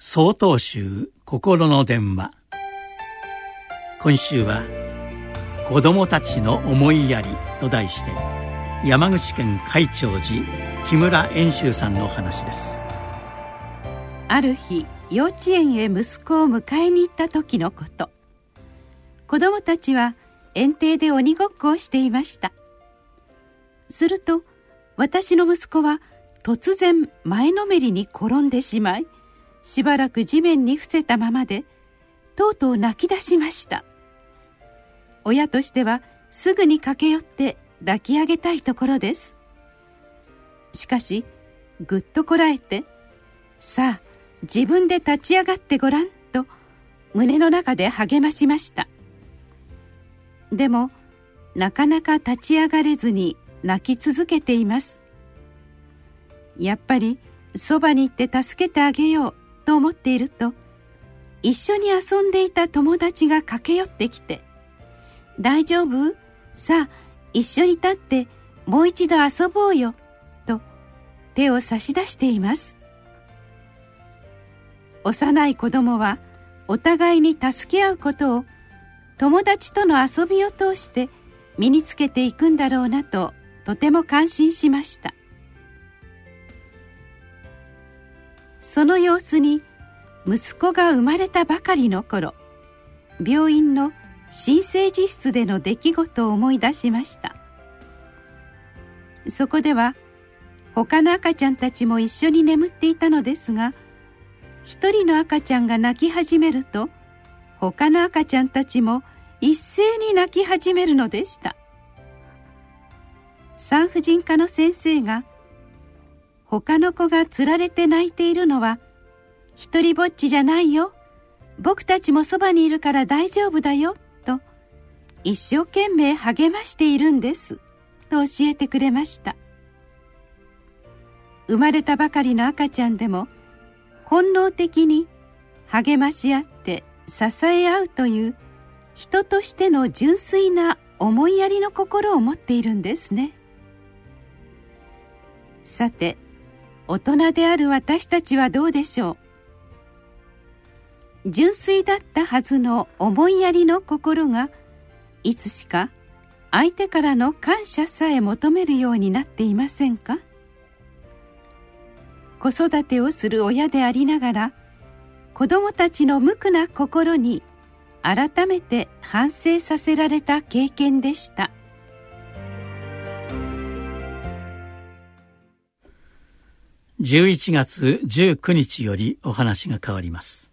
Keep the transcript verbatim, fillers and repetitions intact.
曹洞宗心の電話。今週は子どもたちの思いやりと題して、山口県海長寺木村遠州さんのお話です。 ある日、幼稚園へ息子を迎えに行った時のこと。子どもたちは園庭で鬼ごっこをしていました。すると私の息子は突然前のめりに転んでしまい、しばらく地面に伏せたままで、とうとう泣き出しました。親としてはすぐに駆け寄って抱き上げたいところです。しかしぐっとこらえて、さあ自分で立ち上がってごらんと胸の中で励ましました。でもなかなか立ち上がれずに泣き続けています。やっぱりそばに行って助けてあげようと思っていると、一緒に遊んでいた友達が駆け寄ってきて、大丈夫？さあ一緒に立ってもう一度遊ぼうよと手を差し出しています。幼い子供はお互いに助け合うことを友達との遊びを通して身につけていくんだろうなと、とても感心しました。その様子に息子が生まれたばかりの頃、病院の新生児室での出来事を思い出しました。そこでは他の赤ちゃんたちも一緒に眠っていたのですが、一人の赤ちゃんが泣き始めると、他の赤ちゃんたちも一斉に泣き始めるのでした。産婦人科の先生が、他の子がつられて泣いているのは一人ぼっちじゃないよ、僕たちもそばにいるから大丈夫だよと一生懸命励ましているんですと教えてくれました。生まれたばかりの赤ちゃんでも本能的に励まし合って支え合うという人としての純粋な思いやりの心を持っているんですね。さて、大人である私たちはどうでしょう。純粋だったはずの思いやりの心が、いつしか相手からの感謝さえ求めるようになっていませんか。子育てをする親でありながら、子どもたちの無垢な心に改めて反省させられた経験でした。 じゅういちがつじゅうくにちよりお話が変わります。